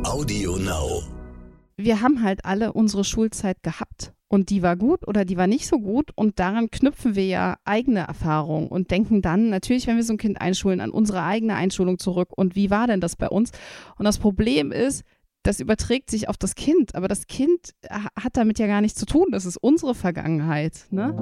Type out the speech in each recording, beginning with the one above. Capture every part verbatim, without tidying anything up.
Audio Now. Wir haben halt alle unsere Schulzeit gehabt und die war gut oder die war nicht so gut und daran knüpfen wir ja eigene Erfahrungen und denken dann natürlich, wenn wir so ein Kind einschulen, an unsere eigene Einschulung zurück und wie war denn das bei uns? Und das Problem ist, das überträgt sich auf das Kind, aber das Kind hat damit ja gar nichts zu tun, das ist unsere Vergangenheit, ne?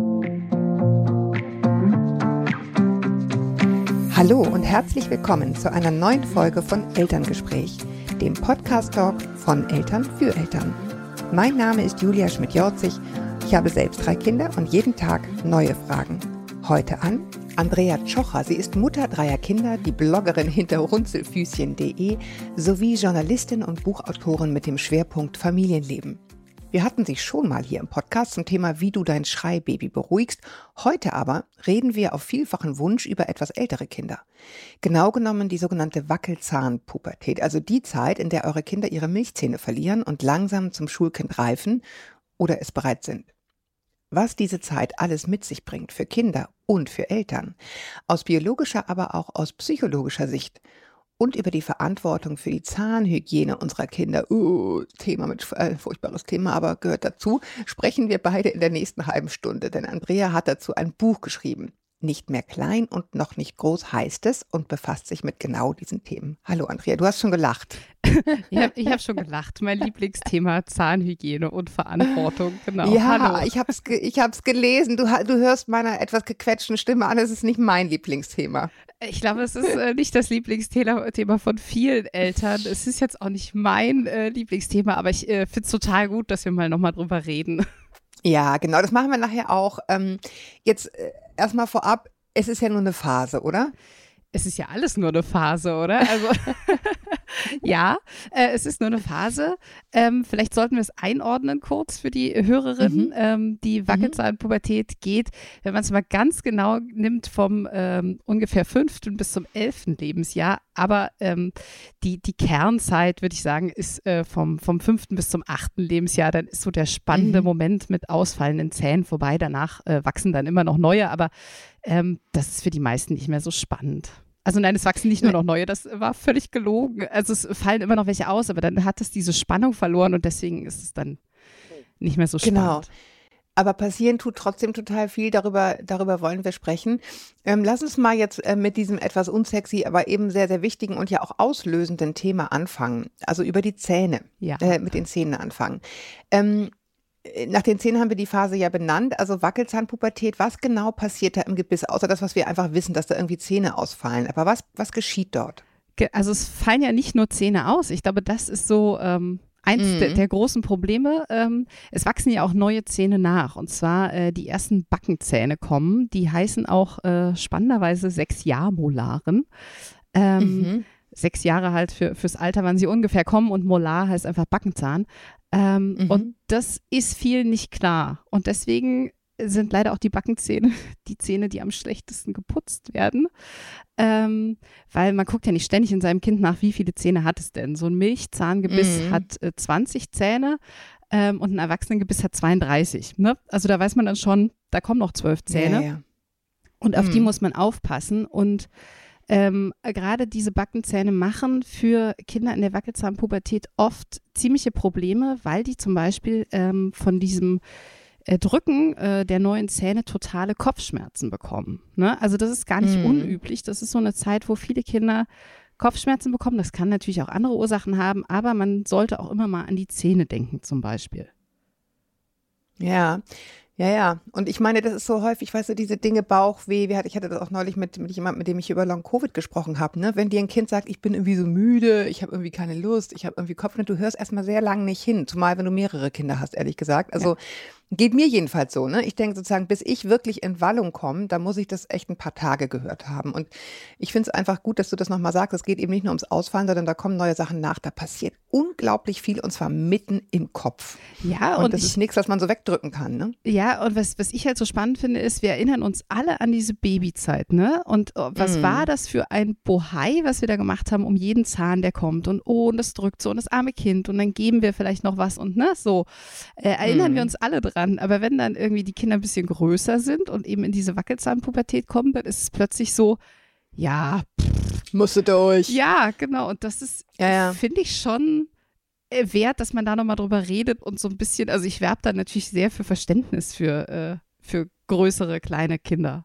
Hallo und herzlich willkommen zu einer neuen Folge von Elterngespräch, dem Podcast-Talk von Eltern für Eltern. Mein Name ist Julia Schmidt-Jorzig, ich habe selbst drei Kinder und jeden Tag neue Fragen. Heute an Andrea Tschocher, sie ist Mutter dreier Kinder, die Bloggerin hinter runzelfüßchen punkt de sowie Journalistin und Buchautorin mit dem Schwerpunkt Familienleben. Wir hatten sie schon mal hier im Podcast zum Thema, wie du dein Schreibaby beruhigst. Heute aber reden wir auf vielfachen Wunsch über etwas ältere Kinder. Genau genommen die sogenannte Wackelzahnpubertät, also die Zeit, in der eure Kinder ihre Milchzähne verlieren und langsam zum Schulkind reifen oder es bereit sind. Was diese Zeit alles mit sich bringt für Kinder und für Eltern, aus biologischer, aber auch aus psychologischer Sicht. Und über die Verantwortung für die Zahnhygiene unserer Kinder, uh, Thema mit äh, furchtbares Thema, aber gehört dazu, sprechen wir beide in der nächsten halben Stunde. Denn Andrea hat dazu ein Buch geschrieben. Nicht mehr klein und noch nicht groß heißt es und befasst sich mit genau diesen Themen. Hallo Andrea, du hast schon gelacht. Ich habe ich hab schon gelacht. Mein Lieblingsthema Zahnhygiene und Verantwortung. Genau. Ja, Hallo. ich habe es ge- ich hab's gelesen. Du, du hörst meiner etwas gequetschten Stimme an. Es ist nicht mein Lieblingsthema. Ich glaube, es ist äh, nicht das Lieblingsthema Thema von vielen Eltern. Es ist jetzt auch nicht mein äh, Lieblingsthema, aber ich äh, finde es total gut, dass wir mal nochmal drüber reden. Ja, genau, das machen wir nachher auch. Ähm, jetzt äh, erstmal vorab, es ist ja nur eine Phase, oder? Es ist ja alles nur eine Phase, oder? Also ja, äh, es ist nur eine Phase. Ähm, vielleicht sollten wir es einordnen kurz für die Hörerin. Mhm. Ähm, die Wackelzahnpubertät geht, wenn man es mal ganz genau nimmt, vom ähm, ungefähr fünften bis zum elften Lebensjahr. Aber ähm, die, die Kernzeit, würde ich sagen, ist äh, vom, vom fünften bis zum achten Lebensjahr. Dann ist so der spannende Mhm. Moment mit ausfallenden Zähnen vorbei. Danach äh, wachsen dann immer noch neue, aber ähm, das ist für die meisten nicht mehr so spannend. Also nein, es wachsen nicht nur noch neue, das war völlig gelogen. Also es fallen immer noch welche aus, aber dann hat es diese Spannung verloren und deswegen ist es dann nicht mehr so spannend. Genau. Aber passieren tut trotzdem total viel, darüber, darüber wollen wir sprechen. Ähm, lass uns mal jetzt äh, mit diesem etwas unsexy, aber eben sehr, sehr wichtigen und ja auch auslösenden Thema anfangen. Also über die Zähne, Ja. äh, mit den Zähnen anfangen. Ähm, Nach den Zähnen haben wir die Phase ja benannt, also Wackelzahnpubertät. Was genau passiert da im Gebiss, außer das, was wir einfach wissen, dass da irgendwie Zähne ausfallen? Aber was, was geschieht dort? Ge- Also es fallen ja nicht nur Zähne aus. Ich glaube, das ist so ähm, eins Mhm. der, der großen Probleme. Ähm, es wachsen ja auch neue Zähne nach. Und zwar äh, die ersten Backenzähne kommen. Die heißen auch äh, spannenderweise Sechsjahrmolaren. Ähm, Mhm. Sechs Jahre halt für, fürs Alter, wann sie ungefähr kommen. Und Molar heißt einfach Backenzahn. Ähm, Mhm. Und das ist vielen nicht klar. Und deswegen sind leider auch die Backenzähne die Zähne, die am schlechtesten geputzt werden. Ähm, weil man guckt ja nicht ständig in seinem Kind nach, wie viele Zähne hat es denn. So ein Milchzahngebiss Mhm. hat äh, zwanzig Zähne ähm, und ein Erwachsenengebiss hat zweiunddreißig. Ne? Also da weiß man dann schon, da kommen noch zwölf Zähne. Ja, ja. Und auf die Mhm. muss man aufpassen. Und ähm, gerade diese Backenzähne machen für Kinder in der Wackelzahnpubertät oft ziemliche Probleme, weil die zum Beispiel ähm, von diesem äh, Drücken äh, der neuen Zähne totale Kopfschmerzen bekommen. Ne? Also das ist gar nicht Mhm. unüblich. Das ist so eine Zeit, wo viele Kinder Kopfschmerzen bekommen. Das kann natürlich auch andere Ursachen haben, aber man sollte auch immer mal an die Zähne denken zum Beispiel. Ja, ja, ja. Und ich meine, das ist so häufig, weißt du, diese Dinge, Bauchweh, wir hat- ich hatte das auch neulich mit, mit jemandem, mit dem ich über Long-Covid gesprochen habe, ne? Wenn dir ein Kind sagt, ich bin irgendwie so müde, ich habe irgendwie keine Lust, ich habe irgendwie Kopfschmerzen, du hörst erstmal sehr lang nicht hin, zumal wenn du mehrere Kinder hast, ehrlich gesagt. Also geht mir jedenfalls so, ne? Ich denke sozusagen, bis ich wirklich in Wallung komme, da muss ich das echt ein paar Tage gehört haben. Und ich finde es einfach gut, dass du das nochmal sagst. Es geht eben nicht nur ums Ausfallen, sondern da kommen neue Sachen nach. Da passiert unglaublich viel und zwar mitten im Kopf. Ja, Und, und das ich, ist nichts, was man so wegdrücken kann, ne? Ja, und was, was ich halt so spannend finde, ist, wir erinnern uns alle an diese Babyzeit, ne? Und oh, was Mhm. war das für ein Bohai, was wir da gemacht haben, um jeden Zahn, der kommt und oh, und das drückt so und das arme Kind und dann geben wir vielleicht noch was und ne, so. Äh, erinnern Mhm. wir uns alle dran. Aber wenn dann irgendwie die Kinder ein bisschen größer sind und eben in diese Wackelzahnpubertät kommen, dann ist es plötzlich so, ja, Musste durch. ja, genau. Und das ist, Ja, ja. finde ich schon wert, dass man da nochmal drüber redet und so ein bisschen, also ich werbe da natürlich sehr für Verständnis für, äh, für größere, kleine Kinder.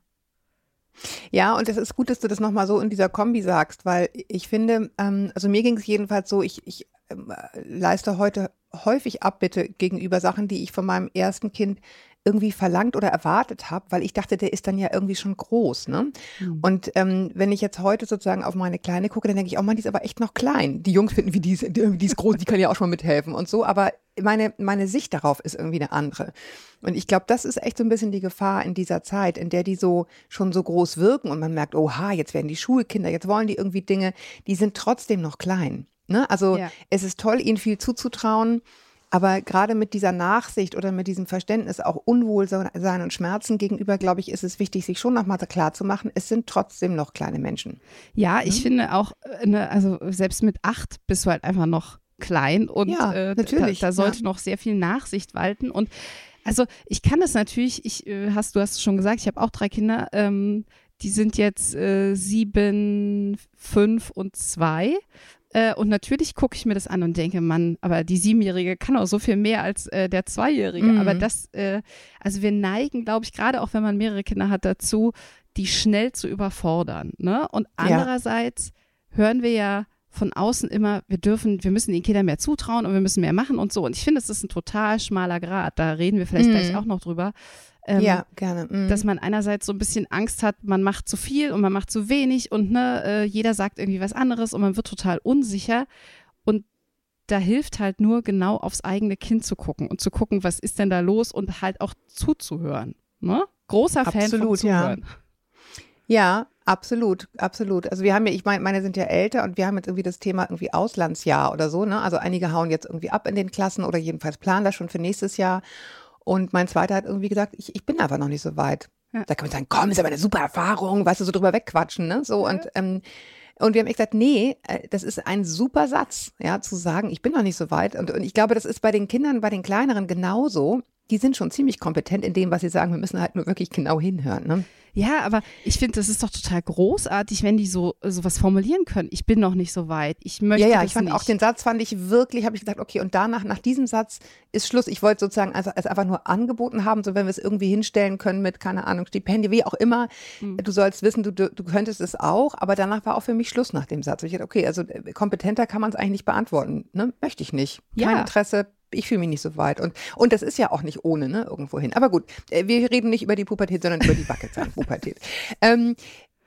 Ja, und es ist gut, dass du das nochmal so in dieser Kombi sagst, weil ich finde, ähm, also mir ging es jedenfalls so, ich, ich ähm, leiste heute häufig Abbitte gegenüber Sachen, die ich von meinem ersten Kind irgendwie verlangt oder erwartet habe, weil ich dachte, der ist dann ja irgendwie schon groß, ne? Mhm. Und ähm, wenn ich jetzt heute sozusagen auf meine Kleine gucke, dann denke ich, oh Mann, die ist aber echt noch klein. Die Jungs finden, wie die ist, die ist groß, die kann ja auch schon mal mithelfen und so, aber meine, meine Sicht darauf ist irgendwie eine andere. Und ich glaube, das ist echt so ein bisschen die Gefahr in dieser Zeit, in der die so schon so groß wirken und man merkt, oha, jetzt werden die Schulkinder, jetzt wollen die irgendwie Dinge, die sind trotzdem noch klein, ne? Also ja. Es ist toll, ihnen viel zuzutrauen, aber gerade mit dieser Nachsicht oder mit diesem Verständnis auch Unwohlsein und Schmerzen gegenüber, glaube ich, ist es wichtig, sich schon nochmal klar zu machen, es sind trotzdem noch kleine Menschen. Ja, ich mhm. finde auch, ne, also selbst mit acht bist du halt einfach noch klein und ja, äh, natürlich, da, da sollte ja. noch sehr viel Nachsicht walten. Und also ich kann das natürlich, ich äh, hast, du hast es schon gesagt, ich habe auch drei Kinder, ähm, die sind jetzt äh, sieben, fünf und zwei. Äh, und natürlich gucke ich mir das an und denke, Mann, aber die Siebenjährige kann auch so viel mehr als äh, der Zweijährige. Mhm. Aber das, äh, also wir neigen, glaube ich, gerade auch wenn man mehrere Kinder hat, dazu, die schnell zu überfordern. Ne? Und andererseits ja. hören wir ja von außen immer, wir dürfen, wir müssen den Kindern mehr zutrauen und wir müssen mehr machen und so. Und ich finde, es ist ein total schmaler Grat. Da reden wir vielleicht mhm. gleich auch noch drüber. Ähm, ja, gerne. Mhm. Dass man einerseits so ein bisschen Angst hat, man macht zu viel und man macht zu wenig und ne, äh, jeder sagt irgendwie was anderes und man wird total unsicher. Und da hilft halt nur genau aufs eigene Kind zu gucken und zu gucken, was ist denn da los und halt auch zuzuhören. Ne? Großer Fan Absolut, von Zuhören. Ja. Ja, absolut, absolut. Also wir haben ja, ich meine, meine sind ja älter und wir haben jetzt irgendwie das Thema irgendwie Auslandsjahr oder so, ne? Also einige hauen jetzt irgendwie ab in den Klassen oder jedenfalls planen das schon für nächstes Jahr. Und mein Zweiter hat irgendwie gesagt, ich, ich bin einfach noch nicht so weit. Ja. Da kann man sagen, komm, ist aber eine super Erfahrung, weißt du, so drüber wegquatschen, ne? So ja. und ähm, und wir haben echt gesagt, nee, das ist ein super Satz, ja, zu sagen, ich bin noch nicht so weit. Und, und ich glaube, das ist bei den Kindern, bei den Kleineren genauso. Die sind schon ziemlich kompetent in dem, was sie sagen. Wir müssen halt nur wirklich genau hinhören, ne? Ja, aber ich finde, das ist doch total großartig, wenn die so sowas formulieren können. Ich bin noch nicht so weit. Ich möchte Ja, ja, das ich fand nicht. auch den Satz fand ich wirklich, habe ich gesagt, okay, und danach, nach diesem Satz ist Schluss. Ich wollte sozusagen also es einfach nur angeboten haben, so wenn wir es irgendwie hinstellen können mit, keine Ahnung, Stipendien, wie auch immer. Mhm. Du sollst wissen, du, du könntest es auch, aber danach war auch für mich Schluss nach dem Satz. Ich dachte, okay, also kompetenter kann man es eigentlich nicht beantworten, ne? Möchte ich nicht. Kein ja. Interesse. Ich fühle mich nicht so weit. Und, und das ist ja auch nicht ohne, ne, irgendwo hin. Aber gut, wir reden nicht über die Pubertät, sondern über die Wackelzahnpubertät. ähm,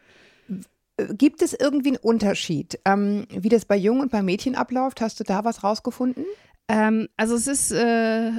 gibt es irgendwie einen Unterschied, ähm, wie das bei Jungen und bei Mädchen abläuft? Hast du da was rausgefunden? Ähm, also es ist, äh,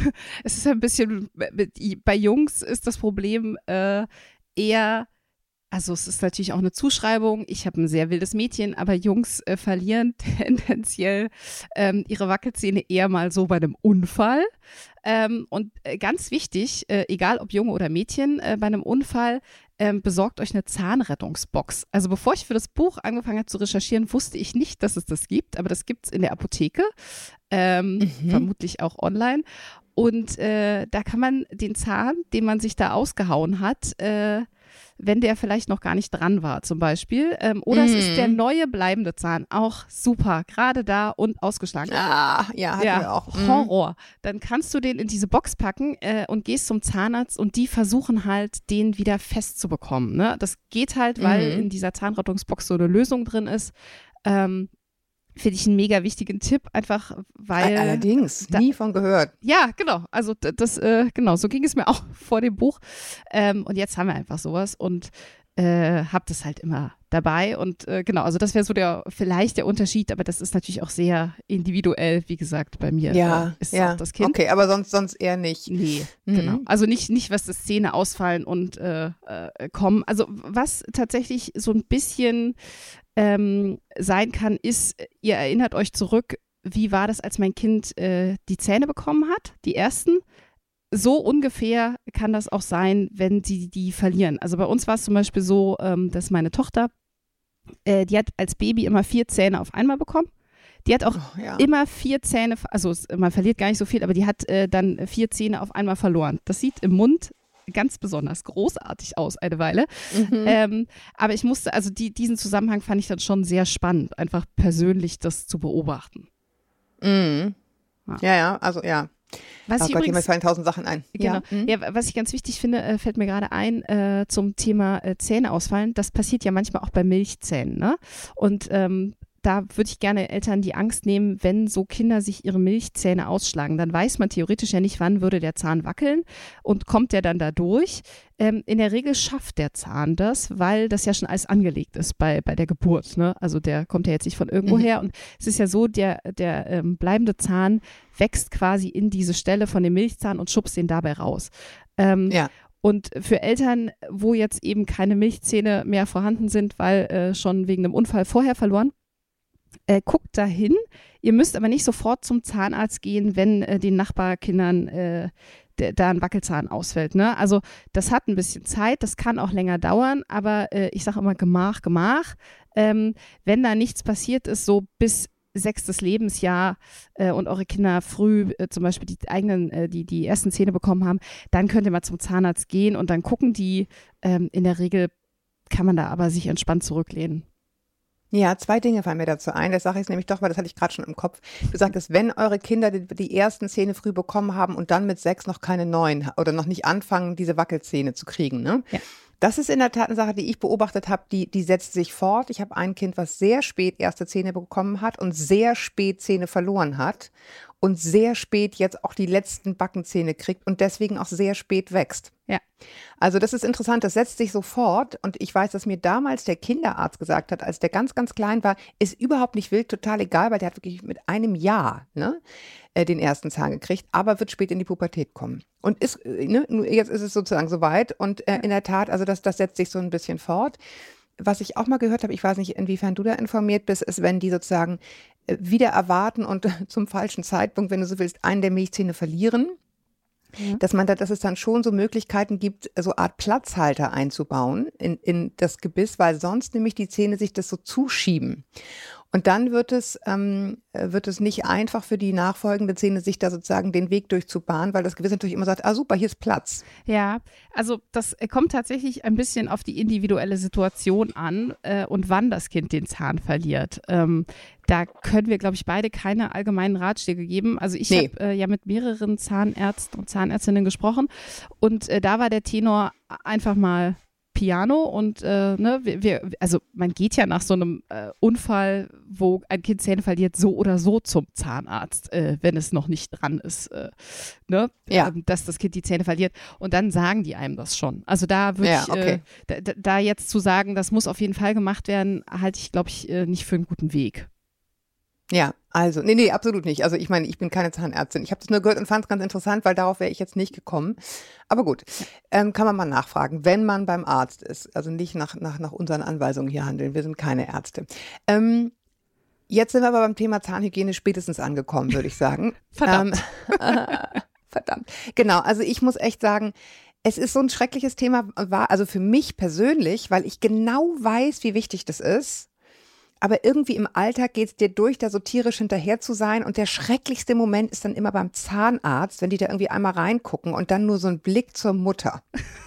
es ist ein bisschen, bei Jungs ist das Problem äh, eher, also es ist natürlich auch eine Zuschreibung, ich habe ein sehr wildes Mädchen, aber Jungs äh, verlieren tendenziell ähm, ihre Wackelzähne eher mal so bei einem Unfall. Ähm, und äh, ganz wichtig, äh, egal ob Junge oder Mädchen, äh, bei einem Unfall ähm, besorgt euch eine Zahnrettungsbox. Also bevor ich für das Buch angefangen habe zu recherchieren, wusste ich nicht, dass es das gibt, aber das gibt es in der Apotheke, ähm, mhm. vermutlich auch online. Und äh, da kann man den Zahn, den man sich da ausgehauen hat, äh, wenn der vielleicht noch gar nicht dran war zum Beispiel. Ähm, oder mm. es ist der neue bleibende Zahn. Auch super, gerade da und ausgeschlagen. Ah, ja, hatten ja, wir auch. Horror. Mm. Dann kannst du den in diese Box packen äh, und gehst zum Zahnarzt und die versuchen halt, den wieder festzubekommen. Ne? Das geht halt, weil mm. in dieser Zahnrettungsbox so eine Lösung drin ist. Ähm, Finde ich einen mega wichtigen Tipp, einfach weil. Allerdings, da, nie von gehört. Ja, genau. Also das, äh, genau, so ging es mir auch vor dem Buch. Ähm, und jetzt haben wir einfach sowas und äh, hab das halt immer dabei. Und äh, genau, also das wäre so der, vielleicht der Unterschied, aber das ist natürlich auch sehr individuell, wie gesagt, bei mir. Ja, äh, ist ja. auch das Kind. Okay, aber sonst, sonst eher nicht. Nee, mhm. genau. Also nicht, nicht, was das Zähne ausfallen und äh, äh, kommen. Also was tatsächlich so ein bisschen Ähm, sein kann, ist, ihr erinnert euch zurück, wie war das, als mein Kind äh, die Zähne bekommen hat, die ersten? So ungefähr kann das auch sein, wenn sie die verlieren. Also bei uns war es zum Beispiel so, ähm, dass meine Tochter, äh, die hat als Baby immer vier Zähne auf einmal bekommen. Die hat auch oh, ja. immer vier Zähne, also man verliert gar nicht so viel, aber die hat äh, dann vier Zähne auf einmal verloren. Das sieht im Mund ganz besonders großartig aus eine Weile. Mhm. Ähm, aber ich musste, also die, diesen Zusammenhang fand ich dann schon sehr spannend, einfach persönlich das zu beobachten. Mhm. Ja, ja, ja also ja. Was oh ich Gott, übrigens, mir fallen tausend Sachen ein. Genau. Ja, hm? Ja, was ich ganz wichtig finde, äh, fällt mir gerade ein äh, zum Thema äh, Zähne ausfallen. Das passiert ja manchmal auch bei Milchzähnen. Ne? Und ähm, da würde ich gerne Eltern die Angst nehmen, wenn so Kinder sich ihre Milchzähne ausschlagen. Dann weiß man theoretisch ja nicht, wann würde der Zahn wackeln und kommt der dann da durch. Ähm, in der Regel schafft der Zahn das, weil das ja schon alles angelegt ist bei, bei der Geburt. Ne? Also der kommt ja jetzt nicht von irgendwo Mhm. her. Und es ist ja so, der, der ähm, bleibende Zahn wächst quasi in diese Stelle von dem Milchzahn und schubst den dabei raus. Ähm, Ja. Und für Eltern, wo jetzt eben keine Milchzähne mehr vorhanden sind, weil äh, schon wegen einem Unfall vorher verloren, Äh, guckt dahin. Ihr müsst aber nicht sofort zum Zahnarzt gehen, wenn äh, den Nachbarkindern äh, d- da ein Wackelzahn ausfällt. Ne? Also das hat ein bisschen Zeit, das kann auch länger dauern, aber äh, ich sage immer Gemach, Gemach. Ähm, wenn da nichts passiert ist, so bis sechstes Lebensjahr äh, und eure Kinder früh äh, zum Beispiel die eigenen, äh, die, die ersten Zähne bekommen haben, dann könnt ihr mal zum Zahnarzt gehen und dann gucken die. Ähm, in der Regel kann man da aber sich entspannt zurücklehnen. Ja, zwei Dinge fallen mir dazu ein. Das sage ich nämlich doch, weil das hatte ich gerade schon im Kopf. Du sagtest, wenn eure Kinder die, die ersten Zähne früh bekommen haben und dann mit sechs noch keine neuen oder noch nicht anfangen, diese Wackelzähne zu kriegen, ne? Ja. Das ist in der Tat eine Sache, die ich beobachtet habe, die, die setzt sich fort. Ich habe ein Kind, was sehr spät erste Zähne bekommen hat und sehr spät Zähne verloren hat und sehr spät jetzt auch die letzten Backenzähne kriegt und deswegen auch sehr spät wächst. Ja. Also das ist interessant, das setzt sich sofort und ich weiß, dass mir damals der Kinderarzt gesagt hat, als der ganz, ganz klein war, ist überhaupt nicht wild, total egal, weil der hat wirklich mit einem Jahr ne, äh, den ersten Zahn gekriegt, aber wird spät in die Pubertät kommen. Und ist, äh, ne, jetzt ist es sozusagen soweit und äh, in der Tat, also das, das setzt sich so ein bisschen fort. Was ich auch mal gehört habe, ich weiß nicht, inwiefern du da informiert bist, ist, wenn die sozusagen äh, wieder erwarten und zum falschen Zeitpunkt, wenn du so willst, einen der Milchzähne verlieren, Ja. dass man da, dass es dann schon so Möglichkeiten gibt, so eine Art Platzhalter einzubauen in, in das Gebiss, weil sonst nämlich die Zähne sich das so zuschieben. Und dann wird es, ähm, wird es nicht einfach für die nachfolgende Zähne, sich da sozusagen den Weg durchzubahnen, weil das Gebiss natürlich immer sagt, ah super, hier ist Platz. Ja, also das kommt tatsächlich ein bisschen auf die individuelle Situation an äh, und wann das Kind den Zahn verliert. Ähm, da können wir, glaube ich, beide keine allgemeinen Ratschläge geben. Also ich Nee. habe äh, ja mit mehreren Zahnärzten und Zahnärztinnen gesprochen und äh, da war der Tenor einfach mal Piano und äh, ne, wir, wir, also man geht ja nach so einem äh, Unfall, wo ein Kind Zähne verliert, so oder so zum Zahnarzt, äh, wenn es noch nicht dran ist, äh, ne, Ja. ähm, dass das Kind die Zähne verliert. Und dann sagen die einem das schon. Also da würde Ja, ich, okay. äh, da, da jetzt zu sagen, das muss auf jeden Fall gemacht werden, halte ich, glaube ich, äh, nicht für einen guten Weg. Ja, also, nee, nee, absolut nicht. Also ich meine, ich bin keine Zahnärztin. Ich habe das nur gehört und fand es ganz interessant, weil darauf wäre ich jetzt nicht gekommen. Aber gut, ähm, kann man mal nachfragen, wenn man beim Arzt ist. Also nicht nach, nach, nach unseren Anweisungen hier handeln. Wir sind keine Ärzte. Ähm, jetzt sind wir aber beim Thema Zahnhygiene spätestens angekommen, würde ich sagen. Verdammt. Ähm, verdammt. Genau, also ich muss echt sagen, es ist so ein schreckliches Thema, war also für mich persönlich, weil ich genau weiß, wie wichtig das ist. Aber irgendwie im Alltag geht es dir durch, da so tierisch hinterher zu sein. Und der schrecklichste Moment ist dann immer beim Zahnarzt, wenn die da irgendwie einmal reingucken und dann nur so ein Blick zur Mutter.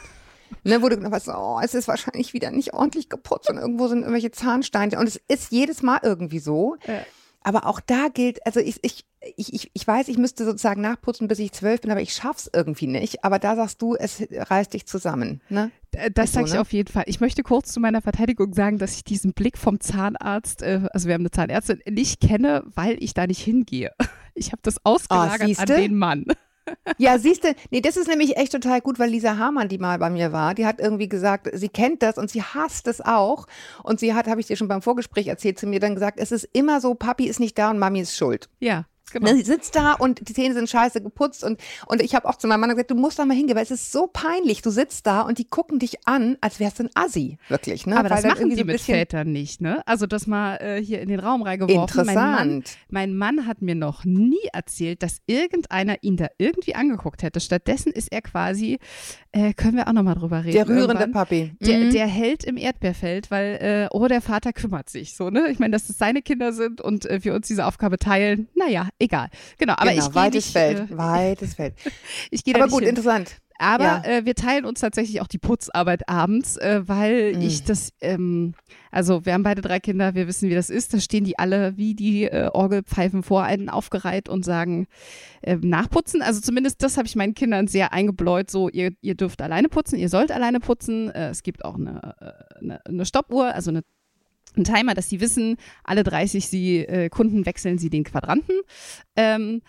Ne, wo du genau weißt, oh, es ist wahrscheinlich wieder nicht ordentlich geputzt und irgendwo sind irgendwelche Zahnsteine. Und es ist jedes Mal irgendwie so. Ja. Aber auch da gilt, also ich, ich, ich, ich, ich weiß, ich müsste sozusagen nachputzen, bis ich zwölf bin, aber ich schaff's irgendwie nicht. Aber da sagst du, es reißt dich zusammen. Ne? Das Ist so, sage ich ne? auf jeden Fall. Ich möchte kurz zu meiner Verteidigung sagen, dass ich diesen Blick vom Zahnarzt, äh, also wir haben eine Zahnärztin, nicht kenne, weil ich da nicht hingehe. Ich habe das ausgelagert an siehste? den Mann. Ja, siehst du, nee, das ist nämlich echt total gut, weil Lisa Hamann, die mal bei mir war, die hat irgendwie gesagt, sie kennt das und sie hasst es auch. Und sie hat, habe ich dir schon beim Vorgespräch erzählt, zu mir dann gesagt, es ist immer so, Papi ist nicht da und Mami ist schuld. Ja, genau. Ne, sie sitzt da und die Zähne sind scheiße geputzt und, und ich habe auch zu meinem Mann gesagt, du musst da mal hingehen, weil es ist so peinlich. Du sitzt da und die gucken dich an, als wärst du ein Assi, wirklich. Ne? Aber Weil das dann machen irgendwie die so ein mit bisschen Vätern nicht, ne? Also das mal äh, hier in den Raum reingeworfen. interessant. Mein Mann, mein Mann hat mir noch nie erzählt, dass irgendeiner ihn da irgendwie angeguckt hätte. Stattdessen ist er quasi, äh, können wir auch nochmal drüber reden. Der rührende irgendwann. Papi. Der, Mhm. der Held im Erdbeerfeld, weil, äh, oh, der Vater kümmert sich so, ne? Ich meine, dass das seine Kinder sind und äh, wir uns diese Aufgabe teilen, naja, egal. Genau, aber genau, ich gehe weites nicht, Feld, äh, weites Feld. ich gehe da Aber nicht gut, hin. interessant. Aber Ja. äh, wir teilen uns tatsächlich auch die Putzarbeit abends, äh, weil Mhm. ich das, ähm, also wir haben beide drei Kinder, wir wissen, wie das ist. Da stehen die alle wie die äh, Orgelpfeifen vor einen aufgereiht und sagen, äh, nachputzen. Also zumindest das habe ich meinen Kindern sehr eingebläut, so ihr, ihr dürft alleine putzen, ihr sollt alleine putzen. Äh, es gibt auch eine, äh, eine, eine Stoppuhr, also eine ein Timer, dass sie wissen, alle dreißig sie, äh, Kunden wechseln sie den Quadranten. Ähm,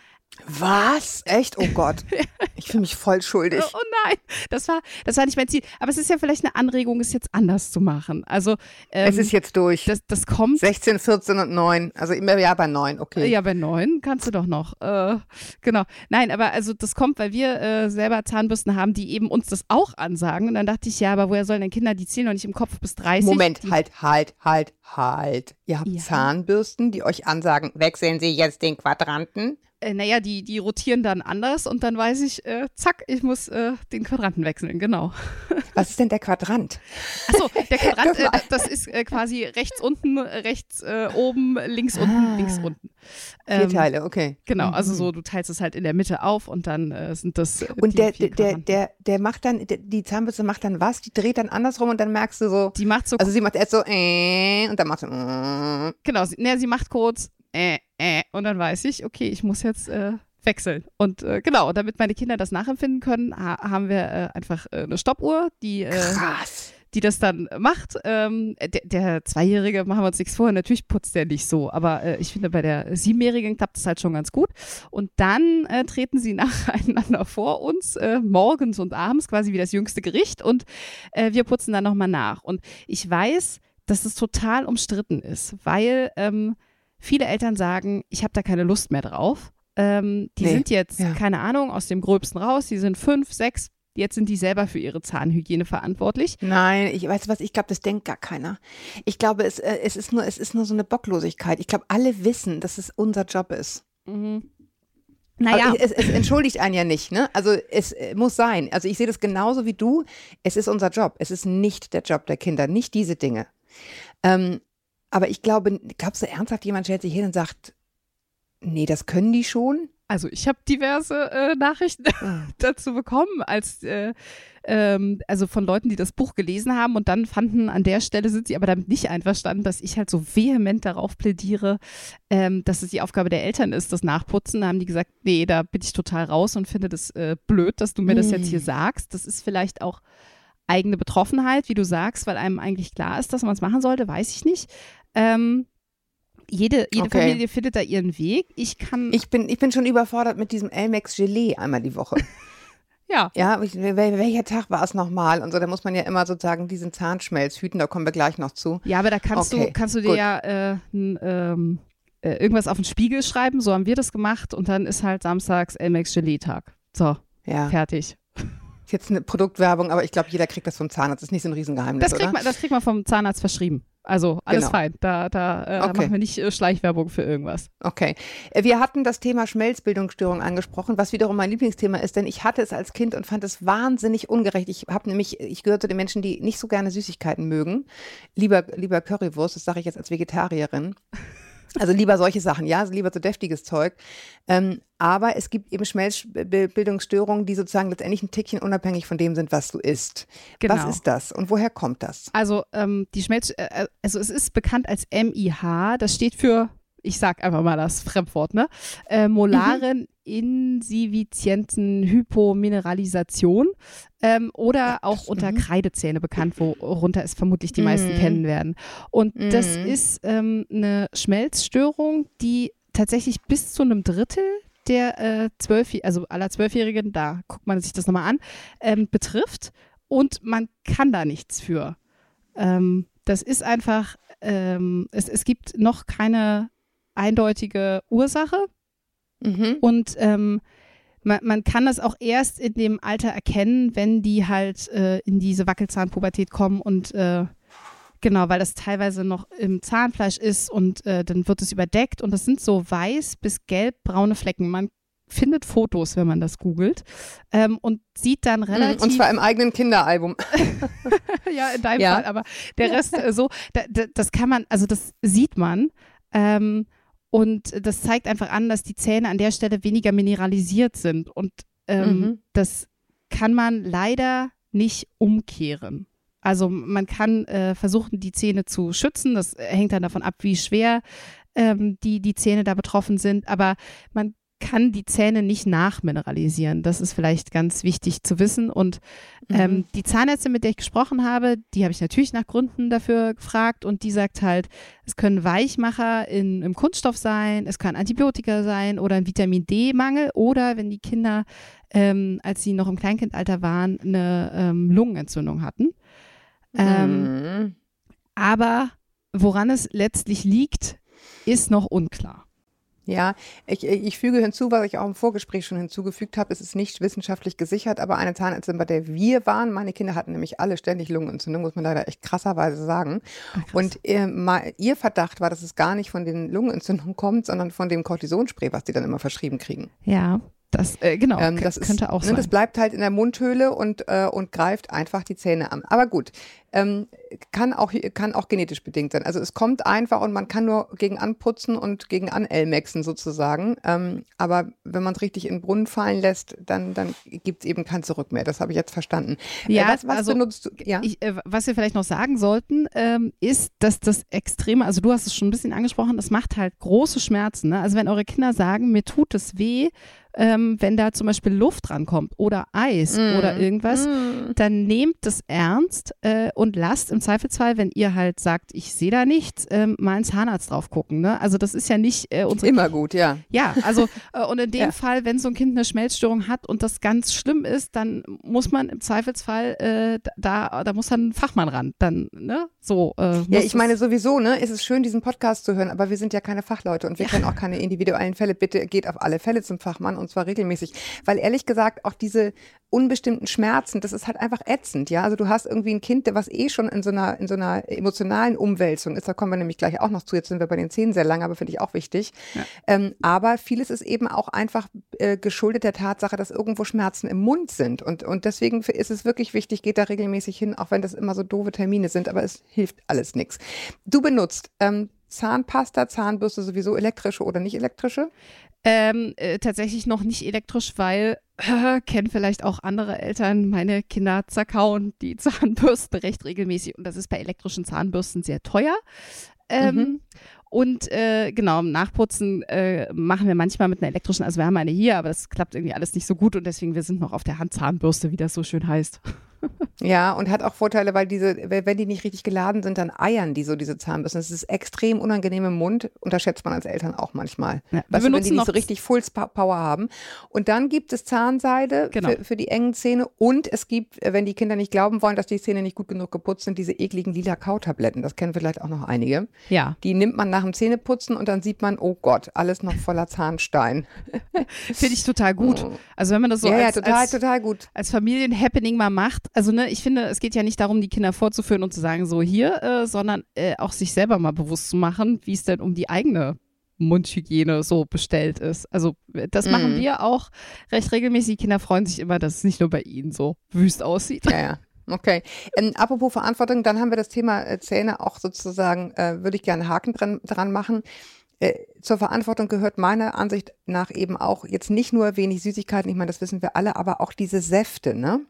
Was? Echt? Oh Gott. Ich fühle mich voll schuldig. Oh nein, das war, das war nicht mein Ziel. Aber es ist ja vielleicht eine Anregung, es jetzt anders zu machen. Also ähm, Es ist jetzt durch. das, das kommt. sechzehn, vierzehn und neun. Also immer ja bei neun, okay. Ja, bei neun kannst du doch noch. Äh, genau. Nein, aber also das kommt, weil wir äh, selber Zahnbürsten haben, die eben uns das auch ansagen. Und dann dachte ich, ja, aber woher sollen denn Kinder, die zählen noch nicht im Kopf bis dreißig. Moment, die, halt, halt, halt, halt. Ihr habt Ja. Zahnbürsten, die euch ansagen, wechseln Sie jetzt den Quadranten. Äh, naja, die, die rotieren dann anders und dann weiß ich, äh, zack, ich muss äh, den Quadranten wechseln, genau. Was ist denn der Quadrant? Achso, der Quadrant, Guck mal. äh, das ist äh, quasi rechts unten, rechts äh, oben, links unten, Ah. links unten. Vier Ähm, Teile, okay. Genau, Mhm. also so, du teilst es halt in der Mitte auf und dann äh, sind das äh, Und die der, vier der, der, Quadranten. der, der macht dann, der, die Zahnbürste macht dann was? Die dreht dann andersrum und dann merkst du so, Die macht so, also sie macht erst so, äh, und dann macht sie, äh. genau, sie, ne, sie macht kurz, äh, äh, und dann weiß ich, okay, ich muss jetzt äh, wechseln. Und äh, genau, damit meine Kinder das nachempfinden können, ha haben wir äh, einfach äh, eine Stoppuhr, die äh, Krass. die das dann macht. Ähm, der, der Zweijährige, machen wir uns nichts vor, natürlich putzt der nicht so, aber äh, ich finde, bei der Siebenjährigen klappt das halt schon ganz gut. Und dann äh, treten sie nacheinander vor uns, äh, morgens und abends, quasi wie das jüngste Gericht und äh, wir putzen dann nochmal nach. Und ich weiß, dass das total umstritten ist, weil ähm, viele Eltern sagen, ich habe da keine Lust mehr drauf. Ähm, die Nee, sind jetzt, ja. keine Ahnung, aus dem Gröbsten raus, die sind fünf, sechs, jetzt sind die selber für ihre Zahnhygiene verantwortlich. Nein, ich weiß was, ich glaube, das denkt gar keiner. Ich glaube, es, äh, es ist nur, es ist nur so eine Bocklosigkeit. Ich glaube, alle wissen, dass es unser Job ist. Mhm. Aber Naja, es, es entschuldigt einen ja nicht, ne? Also es äh, muss sein. Also ich sehe das genauso wie du. Es ist unser Job. Es ist nicht der Job der Kinder, nicht diese Dinge. Ähm, aber ich glaube, glaubst du ernsthaft, jemand stellt sich hin und sagt, nee, das können die schon? also ich habe diverse äh, Nachrichten dazu bekommen, als äh, ähm, also von Leuten, die das Buch gelesen haben und dann fanden, an der Stelle sind sie aber damit nicht einverstanden, dass ich halt so vehement darauf plädiere, ähm, dass es die Aufgabe der Eltern ist, das Nachputzen. Da haben die gesagt, nee, da bin ich total raus und finde das äh, blöd, dass du mir das jetzt hier sagst. Das ist vielleicht auch eigene Betroffenheit, wie du sagst, weil einem eigentlich klar ist, dass man es machen sollte, weiß ich nicht. Ähm, Jede, jede Okay. Familie findet da ihren Weg. Ich kann, Ich bin, ich bin schon überfordert mit diesem Elmex Gelee einmal die Woche. ja, Ja, ich, wel- welcher Tag war es nochmal? Und so, da muss man ja immer sozusagen diesen Zahnschmelz hüten, da kommen wir gleich noch zu. ja, aber da kannst Okay, du, kannst du dir gut. ja äh, n, ähm, äh, irgendwas auf den Spiegel schreiben. So haben wir das gemacht und dann ist halt samstags Elmex Gelee-Tag. So, Ja, fertig. ist jetzt eine Produktwerbung, aber ich glaube, jeder kriegt das vom Zahnarzt. Das ist nicht so ein Riesengeheimnis, Das kriegt oder? man, das kriegt man vom Zahnarzt verschrieben. Also alles Genau. fein. Da, da, äh, da Okay. machen wir nicht äh, Schleichwerbung für irgendwas. Okay. Äh, Wir hatten das Thema Schmelzbildungsstörung angesprochen, was wiederum mein Lieblingsthema ist, denn ich hatte es als Kind und fand es wahnsinnig ungerecht. Ich habe nämlich, ich gehöre zu den Menschen, die nicht so gerne Süßigkeiten mögen. Lieber, lieber Currywurst, das sage ich jetzt als Vegetarierin. Also lieber solche Sachen, ja, also lieber so deftiges Zeug. Ähm, aber es gibt eben Schmelzbildungsstörungen, die sozusagen letztendlich ein Tickchen unabhängig von dem sind, was du isst. Genau. Was ist das und woher kommt das? Also ähm, die Schmelz, äh, also es ist bekannt als M I H. Das steht für, ich sag einfach mal das Fremdwort, ne? Äh, molaren insuffizienten Hypomineralisation ähm, oder auch unter Kreidezähne bekannt, worunter es vermutlich die meisten Mhm. kennen werden. Und das Mhm. ist ähm, eine Schmelzstörung, die tatsächlich bis zu einem Drittel der äh, zwölf, also aller Zwölfjährigen, da guckt man sich das nochmal an, ähm, betrifft und man kann da nichts für. Ähm, das ist einfach, ähm, es, es gibt noch keine eindeutige Ursache Mhm. und ähm, man, man kann das auch erst in dem Alter erkennen, wenn die halt äh, in diese Wackelzahnpubertät kommen und äh, genau, weil das teilweise noch im Zahnfleisch ist und äh, dann wird es überdeckt und das sind so weiß bis gelb-braune Flecken. Man findet Fotos, wenn man das googelt ähm, und sieht dann relativ... Und zwar im eigenen Kinderalbum. ja, in deinem Ja. Fall, aber der Rest äh, so, da, da, das kann man, also das sieht man ähm, und das zeigt einfach an, dass die Zähne an der Stelle weniger mineralisiert sind und ähm, Mhm. das kann man leider nicht umkehren. Also man kann äh, versuchen, die Zähne zu schützen. Das hängt dann davon ab, wie schwer ähm, die, die Zähne da betroffen sind. Aber man kann die Zähne nicht nachmineralisieren. Das ist vielleicht ganz wichtig zu wissen. Und ähm, mhm. die Zahnärztin, mit der ich gesprochen habe, die habe ich natürlich nach Gründen dafür gefragt. Und die sagt halt, es können Weichmacher in, im Kunststoff sein, es kann Antibiotika sein oder ein Vitamin-D-Mangel oder wenn die Kinder, ähm, als sie noch im Kleinkindalter waren, eine ähm, Lungenentzündung hatten. Ähm, mhm. Aber woran es letztlich liegt, ist noch unklar. Ja, ich, ich füge hinzu, was ich auch im Vorgespräch schon hinzugefügt habe, es ist nicht wissenschaftlich gesichert, aber eine Zahnärztin, bei der wir waren, meine Kinder hatten nämlich alle ständig Lungenentzündung, muss man leider echt krasserweise sagen. Ach, krass. Und äh, mal, ihr Verdacht war, dass es gar nicht von den Lungenentzündungen kommt, sondern von dem Cortisonspray, was die dann immer verschrieben kriegen. Ja. Das, äh, genau, ähm, das könnte ist, auch ne, sein. Das bleibt halt in der Mundhöhle und, äh, und greift einfach die Zähne an. Aber gut, ähm, kann, auch, kann auch genetisch bedingt sein. Also es kommt einfach und man kann nur gegen anputzen und gegen anelmexen sozusagen. Ähm, aber wenn man es richtig in den Brunnen fallen lässt, dann, dann gibt es eben kein Zurück mehr. Das habe ich jetzt verstanden. Ja, äh, was, was also benutzt du? Ja? Ich, äh, was wir vielleicht noch sagen sollten, ähm, ist, dass das Extreme, also du hast es schon ein bisschen angesprochen, das macht halt große Schmerzen. Ne? Also wenn eure Kinder sagen, mir tut es weh, Ähm, wenn da zum Beispiel Luft rankommt oder Eis mm. oder irgendwas, mm. dann nehmt das ernst äh, und lasst im Zweifelsfall, wenn ihr halt sagt, ich sehe da nichts, ähm, mal einen Zahnarzt drauf gucken. Ne? Also das ist ja nicht äh, unsere... Immer gut, ja. Ja, also äh, und in dem ja. Fall, wenn so ein Kind eine Schmelzstörung hat und das ganz schlimm ist, dann muss man im Zweifelsfall, äh, da, da muss dann ein Fachmann ran. Dann, ne, so. Äh, ja, ich meine sowieso, ne, ist es schön, diesen Podcast zu hören, aber wir sind ja keine Fachleute und wir ja. kennen auch keine individuellen Fälle. Bitte geht auf alle Fälle zum Fachmann und zwar regelmäßig, weil ehrlich gesagt auch diese unbestimmten Schmerzen, das ist halt einfach ätzend, ja, also du hast irgendwie ein Kind, der was eh schon in so einer in so einer emotionalen Umwälzung ist, da kommen wir nämlich gleich auch noch zu, jetzt sind wir bei den Zähnen sehr lang, aber finde ich auch wichtig, ja. ähm, aber vieles ist eben auch einfach äh, geschuldet der Tatsache, dass irgendwo Schmerzen im Mund sind und, und deswegen ist es wirklich wichtig, geht da regelmäßig hin, auch wenn das immer so doofe Termine sind, aber es hilft alles nichts. Du benutzt ähm, Zahnpasta, Zahnbürste sowieso elektrische oder nicht elektrische? Ähm, äh, tatsächlich noch nicht elektrisch, weil, äh, kennen vielleicht auch andere Eltern, meine Kinder zerkauen die Zahnbürsten recht regelmäßig und das ist bei elektrischen Zahnbürsten sehr teuer. Ähm, mhm. Und äh, genau, Nachputzen äh, machen wir manchmal mit einer elektrischen, also wir haben eine hier, aber das klappt irgendwie alles nicht so gut und deswegen, wir sind noch auf der Handzahnbürste, wie das so schön heißt. Ja, und hat auch Vorteile, weil diese, wenn die nicht richtig geladen sind, dann eiern die so, diese Zahnbürsten. Das ist extrem unangenehm im Mund, unterschätzt man als Eltern auch manchmal. Ja, weißt du, wenn die nicht so richtig Full Power haben. Und dann gibt es Zahnseide genau. für, für die engen Zähne und es gibt, wenn die Kinder nicht glauben wollen, dass die Zähne nicht gut genug geputzt sind, diese ekligen lila Kautabletten. Das kennen vielleicht auch noch einige. Ja. Die nimmt man nach dem Zähneputzen und dann sieht man, oh Gott, alles noch voller Zahnstein. Finde ich total gut. Also wenn man das so ja, als, ja, total, als, total gut. als Familienhappening mal macht, also ne, ich finde, es geht ja nicht darum, die Kinder vorzuführen und zu sagen, so hier, äh, sondern äh, auch sich selber mal bewusst zu machen, wie es denn um die eigene Mundhygiene so bestellt ist. Also das mm. machen wir auch recht regelmäßig. Die Kinder freuen sich immer, dass es nicht nur bei ihnen so wüst aussieht. Ja, ja. Okay. Ähm, apropos Verantwortung, dann haben wir das Thema äh, Zähne auch sozusagen, äh, würde ich gerne Haken dran, dran machen. Äh, zur Verantwortung gehört meiner Ansicht nach eben auch jetzt nicht nur wenig Süßigkeiten, ich meine, das wissen wir alle, aber auch diese Säfte, ne?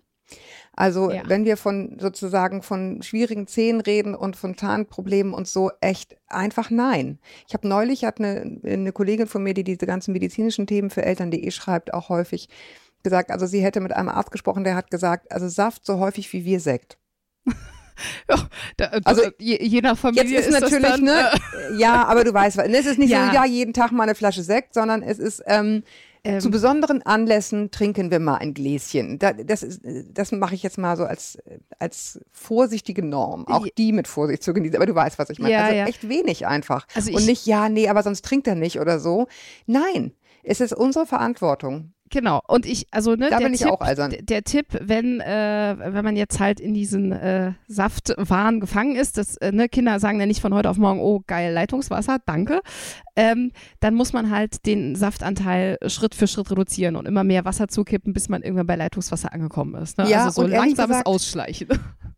Also ja. wenn wir von sozusagen von schwierigen Zähnen reden und von Zahnproblemen und so, echt einfach nein. Ich habe neulich, hat eine, eine Kollegin von mir, die diese ganzen medizinischen Themen für Eltern punkt de schreibt, auch häufig gesagt, also sie hätte mit einem Arzt gesprochen, der hat gesagt, also Saft so häufig wie wir Sekt. Ja, da, also je, je nach Familie jetzt ist, ist natürlich, das dann, ne, äh, ja, aber du weißt, es ist nicht ja. so, ja, jeden Tag mal eine Flasche Sekt, sondern es ist, ähm, ähm, zu besonderen Anlässen trinken wir mal ein Gläschen. Da, das ist, das mache ich jetzt mal so als, als vorsichtige Norm. Auch die mit Vorsicht zu genießen, aber du weißt, was ich meine. Ja, also ja. echt wenig einfach. Also und ich, nicht, ja, nee, aber sonst trinkt er nicht oder so. Nein, es ist unsere Verantwortung. Genau, und ich, also ne, da der, bin ich Tipp, auch eisern. der, der Tipp, wenn, äh, wenn man jetzt halt in diesen äh, Saftwaren gefangen ist, dass äh, ne, Kinder sagen ja nicht von heute auf morgen, oh geil, Leitungswasser, danke, ähm, dann muss man halt den Saftanteil Schritt für Schritt reduzieren und immer mehr Wasser zukippen, bis man irgendwann bei Leitungswasser angekommen ist. Ne? Ja, also so und langsames gesagt, Ausschleichen.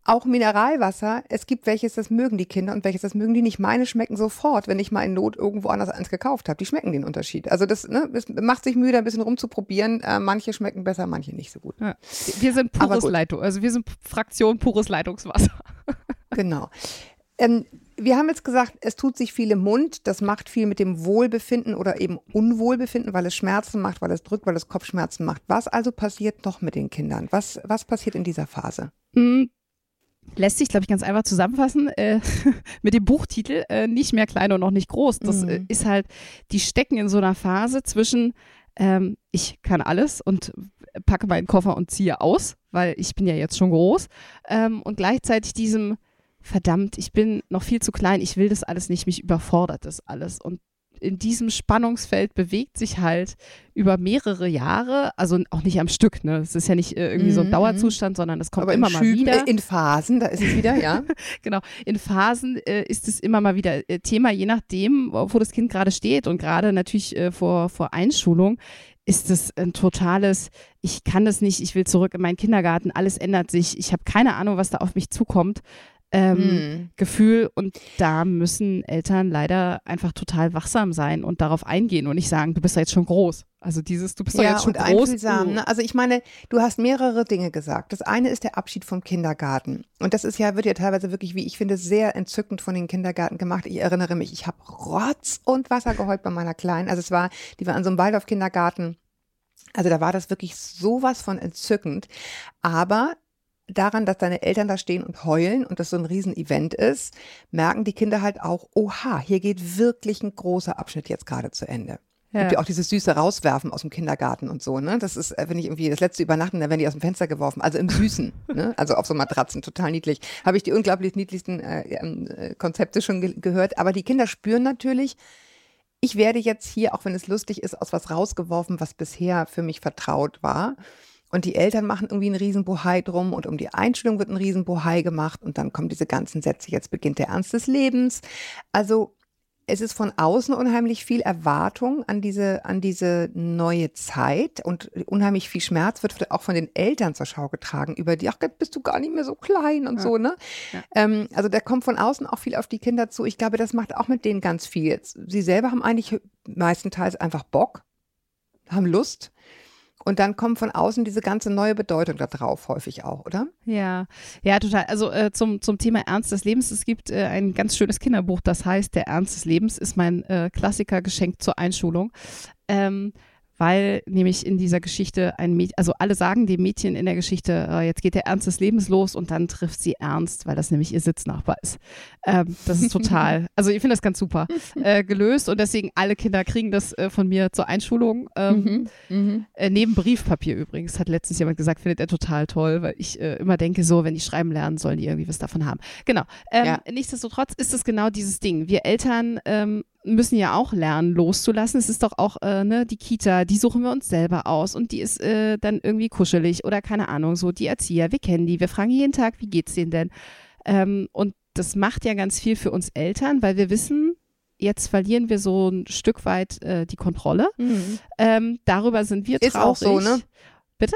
auch Mineralwasser, es gibt welches, das mögen die Kinder und welches, das mögen die nicht. Meine schmecken sofort, wenn ich mal in Not irgendwo anders eins gekauft habe. Die schmecken den Unterschied. Also das, ne, es macht sich Mühe, da ein bisschen rumzuprobieren. Äh, manche schmecken besser, manche nicht so gut. Ja. Wir sind pures Leitung, also wir sind Fraktion pures Leitungswasser. Genau. Ähm, wir haben jetzt gesagt, es tut sich viel im Mund. Das macht viel mit dem Wohlbefinden oder eben Unwohlbefinden, weil es Schmerzen macht, weil es drückt, weil es Kopfschmerzen macht. Was also passiert noch mit den Kindern? Was, was passiert in dieser Phase? Mhm. Lässt sich, glaube ich, ganz einfach zusammenfassen äh, mit dem Buchtitel, äh, nicht mehr klein und noch nicht groß. Das mhm. äh, ist halt, die stecken in so einer Phase zwischen, ähm, ich kann alles und packe meinen Koffer und ziehe aus, weil ich bin ja jetzt schon groß, ähm, und gleichzeitig diesem, verdammt, ich bin noch viel zu klein, ich will das alles nicht, mich überfordert das alles. Und in diesem Spannungsfeld bewegt sich halt über mehrere Jahre, also auch nicht am Stück, ne? Es ist ja nicht äh, irgendwie so ein Dauerzustand, sondern es kommt Aber immer in mal Schüben, wieder. In Phasen, da ist es wieder, ja. Genau, in Phasen äh, ist es immer mal wieder äh, Thema, je nachdem, wo das Kind gerade steht und gerade natürlich äh, vor, vor Einschulung ist es ein totales, ich kann das nicht, ich will zurück in meinen Kindergarten, alles ändert sich, ich habe keine Ahnung, was da auf mich zukommt. Ähm, hm. Gefühl, und da müssen Eltern leider einfach total wachsam sein und darauf eingehen und nicht sagen, du bist ja jetzt schon groß. Also dieses, du bist doch ja, jetzt schon und groß. Einfühlsam, ne? Also ich meine, du hast mehrere Dinge gesagt. Das eine ist der Abschied vom Kindergarten. Und das ist ja, wird ja teilweise wirklich, wie ich finde, sehr entzückend von den Kindergärten gemacht. Ich erinnere mich, ich habe Rotz und Wasser geheult bei meiner Kleinen. Also es war, die war an so einem Waldorf-Kindergarten. Also da war das wirklich sowas von entzückend. Aber daran, dass deine Eltern da stehen und heulen und das so ein Riesen-Event ist, merken die Kinder halt auch, oha, hier geht wirklich ein großer Abschnitt jetzt gerade zu Ende. Ja. Gibt ja auch dieses süße Rauswerfen aus dem Kindergarten und so, ne? Das ist, wenn ich irgendwie das letzte Übernachten, da werden die aus dem Fenster geworfen, also im Süßen, ne? Also auf so Matratzen, total niedlich. Habe ich die unglaublich niedlichsten äh, äh, Konzepte schon ge- gehört, aber die Kinder spüren natürlich, ich werde jetzt hier, auch wenn es lustig ist, aus was rausgeworfen, was bisher für mich vertraut war. Und die Eltern machen irgendwie einen riesen Bohai drum und um die Einstellung wird ein riesen Bohai gemacht und dann kommen diese ganzen Sätze, jetzt beginnt der Ernst des Lebens. Also es ist von außen unheimlich viel Erwartung an diese, an diese neue Zeit und unheimlich viel Schmerz wird auch von den Eltern zur Schau getragen über die, ach Gott, bist du gar nicht mehr so klein und ja. so, ne? Ja. Ähm, also da kommt von außen auch viel auf die Kinder zu. Ich glaube, das macht auch mit denen ganz viel jetzt. Sie selber haben eigentlich meistenteils einfach Bock, haben Lust. Und dann kommt von außen diese ganze neue Bedeutung da drauf häufig auch, oder? Ja, ja, total. Also äh, zum, zum Thema Ernst des Lebens, es gibt äh, ein ganz schönes Kinderbuch, das heißt, der Ernst des Lebens ist mein äh, Klassiker geschenkt zur Einschulung. Ähm, weil nämlich in dieser Geschichte ein Mädchen, also alle sagen dem Mädchen in der Geschichte, äh, jetzt geht der Ernst des Lebens los und dann trifft sie Ernst, weil das nämlich ihr Sitznachbar ist. Ähm, das ist total, also ich finde das ganz super äh, gelöst und deswegen alle Kinder kriegen das äh, von mir zur Einschulung. Ähm, mhm, äh, neben Briefpapier übrigens, hat letztens jemand gesagt, findet er total toll, weil ich äh, immer denke so, wenn die schreiben lernen, sollen die irgendwie was davon haben. Genau. Ähm, ja. Nichtsdestotrotz ist es genau dieses Ding. Wir Eltern ähm, müssen ja auch lernen, loszulassen. Es ist doch auch äh, ne, die Kita, die suchen wir uns selber aus und die ist äh, dann irgendwie kuschelig oder keine Ahnung, so die Erzieher, wir kennen die, wir fragen jeden Tag, wie geht's denen denn? Ähm, und das macht ja ganz viel für uns Eltern, weil wir wissen, jetzt verlieren wir so ein Stück weit äh, die Kontrolle. Mhm. Ähm, darüber sind wir ist traurig. Ist auch so, ne? Bitte?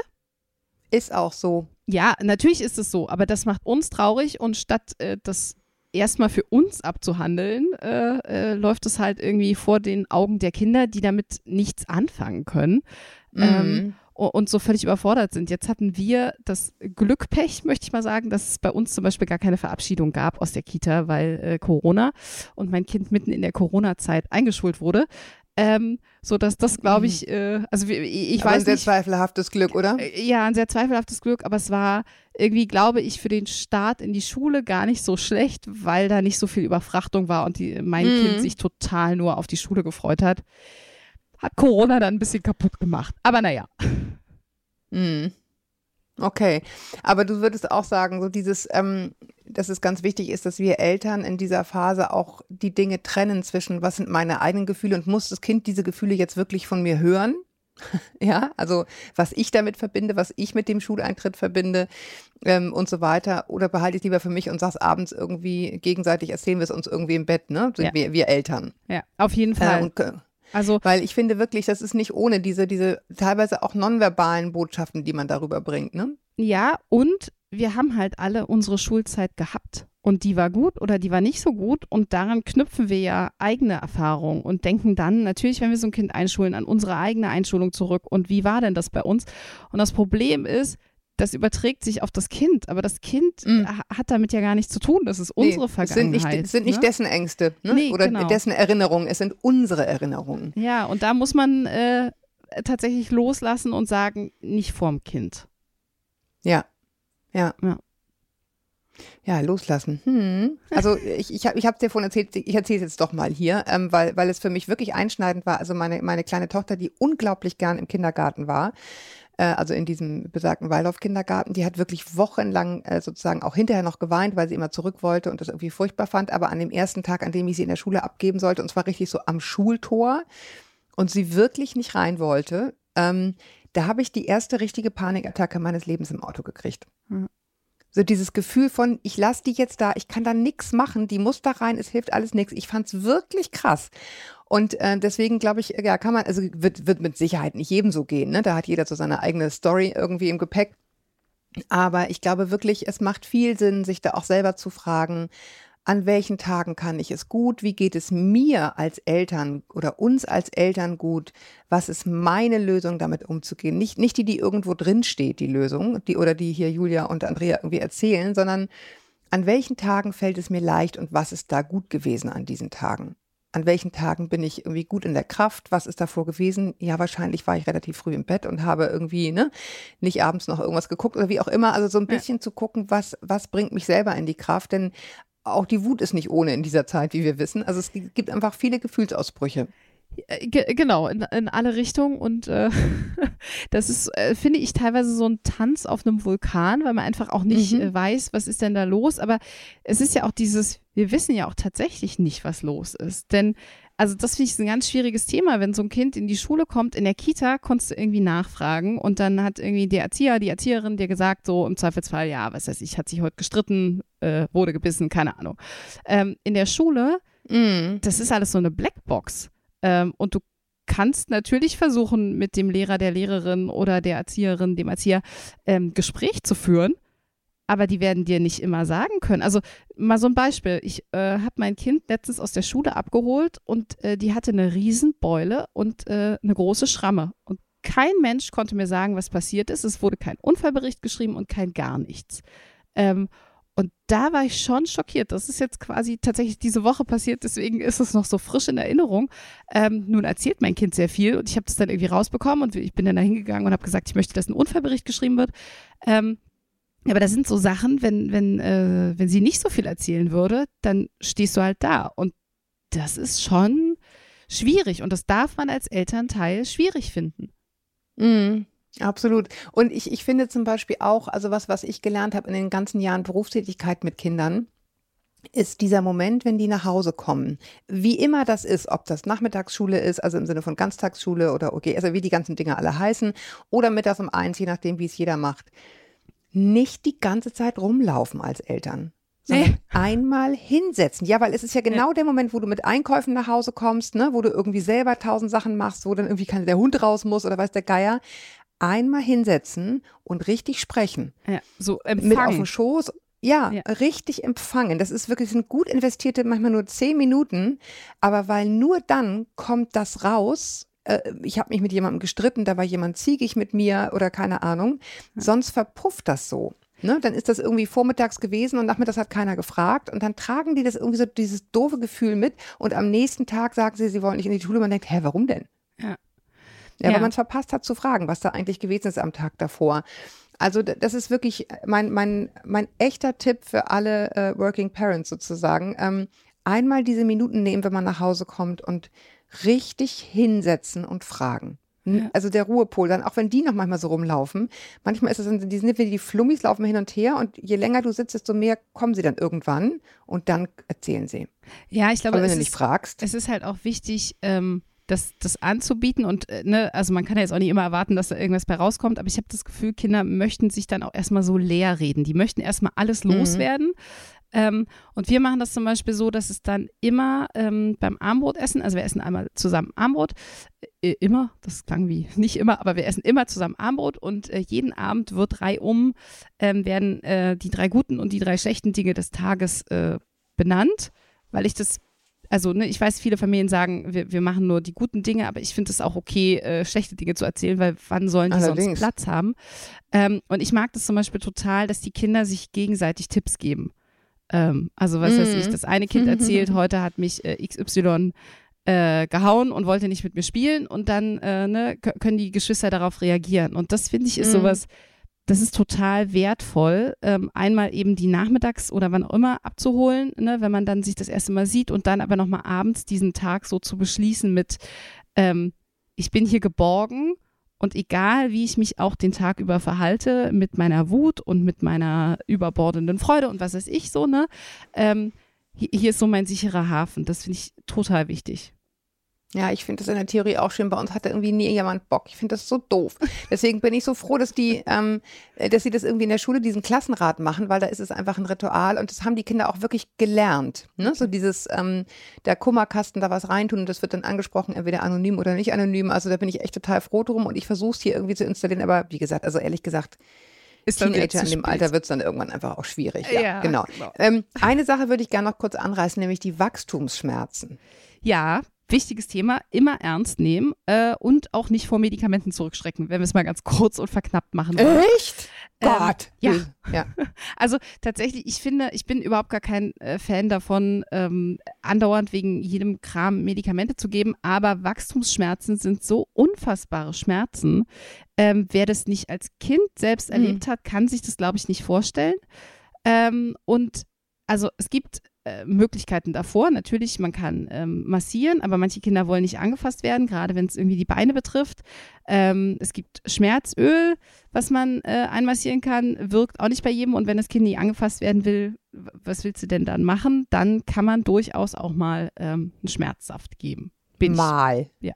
Ist auch so. Ja, natürlich ist es so, aber das macht uns traurig und statt äh, das erstmal für uns abzuhandeln, äh, äh, läuft es halt irgendwie vor den Augen der Kinder, die damit nichts anfangen können mhm. ähm, und so völlig überfordert sind. Jetzt hatten wir das Glück, Pech, möchte ich mal sagen, dass es bei uns zum Beispiel gar keine Verabschiedung gab aus der Kita, weil äh, Corona und mein Kind mitten in der Corona-Zeit eingeschult wurde. Ähm, so dass das, glaube ich, äh, also ich, ich aber weiß ein sehr nicht, zweifelhaftes Glück, oder? Ja, ein sehr zweifelhaftes Glück, aber es war irgendwie, glaube ich, für den Start in die Schule gar nicht so schlecht, weil da nicht so viel Überfrachtung war und die, mein mhm. Kind sich total nur auf die Schule gefreut hat. Hat Corona dann ein bisschen kaputt gemacht, aber naja. Mhm. Okay, aber du würdest auch sagen, so dieses, ähm, dass es ganz wichtig ist, dass wir Eltern in dieser Phase auch die Dinge trennen zwischen, was sind meine eigenen Gefühle und muss das Kind diese Gefühle jetzt wirklich von mir hören? Ja, also was ich damit verbinde, was ich mit dem Schuleintritt verbinde ähm, und so weiter. Oder behalte ich lieber für mich und sag's abends irgendwie gegenseitig, erzählen wir es uns irgendwie im Bett, ne? Ja. Wir, wir Eltern. Ja, auf jeden Fall. Äh, und, Also, weil ich finde wirklich, das ist nicht ohne diese, diese teilweise auch nonverbalen Botschaften, die man darüber bringt, ne? Ja, und wir haben halt alle unsere Schulzeit gehabt. Und die war gut oder die war nicht so gut. Und daran knüpfen wir ja eigene Erfahrungen und denken dann natürlich, wenn wir so ein Kind einschulen, an unsere eigene Einschulung zurück. Und wie war denn das bei uns? Und das Problem ist, das überträgt sich auf das Kind. Aber das Kind mm. hat damit ja gar nichts zu tun. Das ist unsere nee, Vergangenheit. Es sind nicht, es sind nicht ne? dessen Ängste ne? nee, oder genau. dessen Erinnerungen. Es sind unsere Erinnerungen. Ja, und da muss man äh, tatsächlich loslassen und sagen, nicht vorm Kind. Ja, ja. Ja. Ja, loslassen. Hm. Also ich, ich habe ich hab dir vorhin erzählt, ich erzähle es jetzt doch mal hier, ähm, weil, weil es für mich wirklich einschneidend war. Also meine, meine kleine Tochter, die unglaublich gern im Kindergarten war, äh, also in diesem besagten Waldorf-Kindergarten, die hat wirklich wochenlang äh, sozusagen auch hinterher noch geweint, weil sie immer zurück wollte und das irgendwie furchtbar fand. Aber an dem ersten Tag, an dem ich sie in der Schule abgeben sollte, und zwar richtig so am Schultor und sie wirklich nicht rein wollte, ähm, da habe ich die erste richtige Panikattacke meines Lebens im Auto gekriegt. Mhm. So dieses Gefühl von, ich lasse die jetzt da, ich kann da nichts machen, die muss da rein, es hilft alles nichts. Ich fand es wirklich krass. Und äh, deswegen glaube ich, ja, kann man, also wird, wird mit Sicherheit nicht jedem so gehen, ne? Da hat jeder so seine eigene Story irgendwie im Gepäck. Aber ich glaube wirklich, es macht viel Sinn, sich da auch selber zu fragen, an welchen Tagen kann ich es gut? Wie geht es mir als Eltern oder uns als Eltern gut? Was ist meine Lösung, damit umzugehen? Nicht, nicht die, die irgendwo drin steht, die Lösung, die oder die hier Julia und Andrea irgendwie erzählen, sondern an welchen Tagen fällt es mir leicht und was ist da gut gewesen an diesen Tagen? An welchen Tagen bin ich irgendwie gut in der Kraft? Was ist davor gewesen? Ja, wahrscheinlich war ich relativ früh im Bett und habe irgendwie ne, nicht abends noch irgendwas geguckt oder wie auch immer. Also so ein bisschen ja. zu gucken, was, was bringt mich selber in die Kraft? Denn auch die Wut ist nicht ohne in dieser Zeit, wie wir wissen. Also es gibt einfach viele Gefühlsausbrüche. Ge- genau, in, in alle Richtungen. Und äh, das ist, äh, finde ich, teilweise so ein Tanz auf einem Vulkan, weil man einfach auch nicht mhm. äh, weiß, was ist denn da los. Aber es ist ja auch dieses, wir wissen ja auch tatsächlich nicht, was los ist. Denn also das finde ich ein ganz schwieriges Thema, wenn so ein Kind in die Schule kommt, in der Kita konntest du irgendwie nachfragen und dann hat irgendwie der Erzieher, die Erzieherin dir gesagt, so im Zweifelsfall, ja, was weiß ich, hat sich heute gestritten, äh, wurde gebissen, keine Ahnung. Ähm, in der Schule, mm. das ist alles so eine Blackbox ähm, und du kannst natürlich versuchen, mit dem Lehrer, der Lehrerin oder der Erzieherin, dem Erzieher ähm, Gespräch zu führen. Aber die werden dir nicht immer sagen können. Also mal so ein Beispiel. Ich äh, habe mein Kind letztens aus der Schule abgeholt und äh, die hatte eine Riesenbeule und äh, eine große Schramme. Und kein Mensch konnte mir sagen, was passiert ist. Es wurde kein Unfallbericht geschrieben und kein gar nichts. Ähm, und da war ich schon schockiert. Das ist jetzt quasi tatsächlich diese Woche passiert, deswegen ist es noch so frisch in Erinnerung. Ähm, nun erzählt mein Kind sehr viel und ich habe das dann irgendwie rausbekommen und ich bin dann da hingegangen und habe gesagt, ich möchte, dass ein Unfallbericht geschrieben wird. Ähm, Aber das sind so Sachen, wenn, wenn, äh, wenn sie nicht so viel erzählen würde, dann stehst du halt da. Und das ist schon schwierig. Und das darf man als Elternteil schwierig finden. Mhm, absolut. Und ich, ich finde zum Beispiel auch, also was, was ich gelernt habe in den ganzen Jahren Berufstätigkeit mit Kindern, ist dieser Moment, wenn die nach Hause kommen. Wie immer das ist, ob das Nachmittagsschule ist, also im Sinne von Ganztagsschule oder okay, also wie die ganzen Dinge alle heißen, oder mittags um eins, je nachdem, wie es jeder macht. Nicht die ganze Zeit rumlaufen als Eltern, sondern nee. einmal hinsetzen. Ja, weil es ist ja genau ja. der Moment, wo du mit Einkäufen nach Hause kommst, ne, wo du irgendwie selber tausend Sachen machst, wo dann irgendwie kann, der Hund raus muss oder weiß der Geier. Einmal hinsetzen und richtig sprechen. Ja, so empfangen. Mit auf dem Schoß. Ja, ja, richtig empfangen. Das ist wirklich, sind gut investierte, manchmal nur zehn Minuten, aber weil nur dann kommt das raus. Ich habe mich mit jemandem gestritten, da war jemand ziegig mit mir oder keine Ahnung. Sonst verpufft das so. Ne? Dann ist das irgendwie vormittags gewesen und nachmittags hat keiner gefragt und dann tragen die das irgendwie so dieses doofe Gefühl mit und am nächsten Tag sagen sie, sie wollen nicht in die Schule. Man denkt, hä, warum denn? Ja, ja, weil man es verpasst hat zu fragen, was da eigentlich gewesen ist am Tag davor. Also das ist wirklich mein, mein, mein echter Tipp für alle äh, Working Parents sozusagen. Ähm, einmal diese Minuten nehmen, wenn man nach Hause kommt und richtig hinsetzen und fragen. Ja. Also der Ruhepol, dann auch wenn die noch manchmal so rumlaufen, manchmal ist es, die sind wie die Flummis, laufen hin und her und je länger du sitzt, desto mehr kommen sie dann irgendwann und dann erzählen sie. Ja, ich glaube, wenn es du nicht ist, fragst. Es ist halt auch wichtig, ähm, das, das anzubieten und äh, ne, also man kann ja jetzt auch nicht immer erwarten, dass da irgendwas bei rauskommt, aber ich habe das Gefühl, Kinder möchten sich dann auch erstmal so leer reden. Die möchten erstmal alles loswerden. Mhm. Ähm, und wir machen das zum Beispiel so, dass es dann immer ähm, beim Abendbrotessen, also wir essen einmal zusammen Abendbrot, äh, immer, das klang wie nicht immer, aber wir essen immer zusammen Abendbrot und äh, jeden Abend wird reihum ähm, werden äh, die drei guten und die drei schlechten Dinge des Tages äh, benannt, weil ich das Also ne, ich weiß, viele Familien sagen, wir, wir machen nur die guten Dinge, aber ich finde es auch okay, äh, schlechte Dinge zu erzählen, weil wann sollen die Allerdings. sonst Platz haben? Ähm, und ich mag das zum Beispiel total, dass die Kinder sich gegenseitig Tipps geben. Ähm, also was Mhm. weiß ich, das eine Kind erzählt, heute hat mich äh, X Y äh, gehauen und wollte nicht mit mir spielen und dann äh, ne, k- können die Geschwister darauf reagieren. Und das finde ich ist Mhm. sowas, das ist total wertvoll, ähm, einmal eben die nachmittags oder wann auch immer abzuholen, ne, wenn man dann sich das erste Mal sieht und dann aber nochmal abends diesen Tag so zu beschließen mit, ähm, ich bin hier geborgen und egal wie ich mich auch den Tag über verhalte mit meiner Wut und mit meiner überbordenden Freude und was weiß ich so, ne, ähm, hier, hier ist so mein sicherer Hafen. Das finde ich total wichtig. Ja, ich finde das in der Theorie auch schön. Bei uns hatte irgendwie nie jemand Bock. Ich finde das so doof. Deswegen bin ich so froh, dass die, ähm, dass sie das irgendwie in der Schule, diesen Klassenrat machen, weil da ist es einfach ein Ritual und das haben die Kinder auch wirklich gelernt. Ne? So dieses, ähm, der Kummerkasten da was reintun und das wird dann angesprochen, entweder anonym oder nicht anonym. Also da bin ich echt total froh drum und ich versuche es hier irgendwie zu installieren. Aber wie gesagt, also ehrlich gesagt, Ist dann wieder Teenager zu in dem spät. Alter wird es dann irgendwann einfach auch schwierig. Ja, Ja, genau. genau. Ähm, eine Sache würde ich gerne noch kurz anreißen, nämlich die Wachstumsschmerzen. Ja, wichtiges Thema, immer ernst nehmen äh, und auch nicht vor Medikamenten zurückschrecken, wenn wir es mal ganz kurz und verknappt machen wollen. Echt? Ähm, Gott. ja. ja. Also tatsächlich, ich finde, ich bin überhaupt gar kein äh, Fan davon, ähm, andauernd wegen jedem Kram Medikamente zu geben, aber Wachstumsschmerzen sind so unfassbare Schmerzen. Ähm, wer das nicht als Kind selbst erlebt Mhm. hat, kann sich das, glaube ich, nicht vorstellen. Ähm, und also es gibt äh, Möglichkeiten davor. Natürlich, man kann ähm, massieren, aber manche Kinder wollen nicht angefasst werden, gerade wenn es irgendwie die Beine betrifft. Ähm, es gibt Schmerzöl, was man äh, einmassieren kann, wirkt auch nicht bei jedem. Und wenn das Kind nicht angefasst werden will, w- was willst du denn dann machen? Dann kann man durchaus auch mal ähm, einen Schmerzsaft geben. Bin ich- Mal. Ja.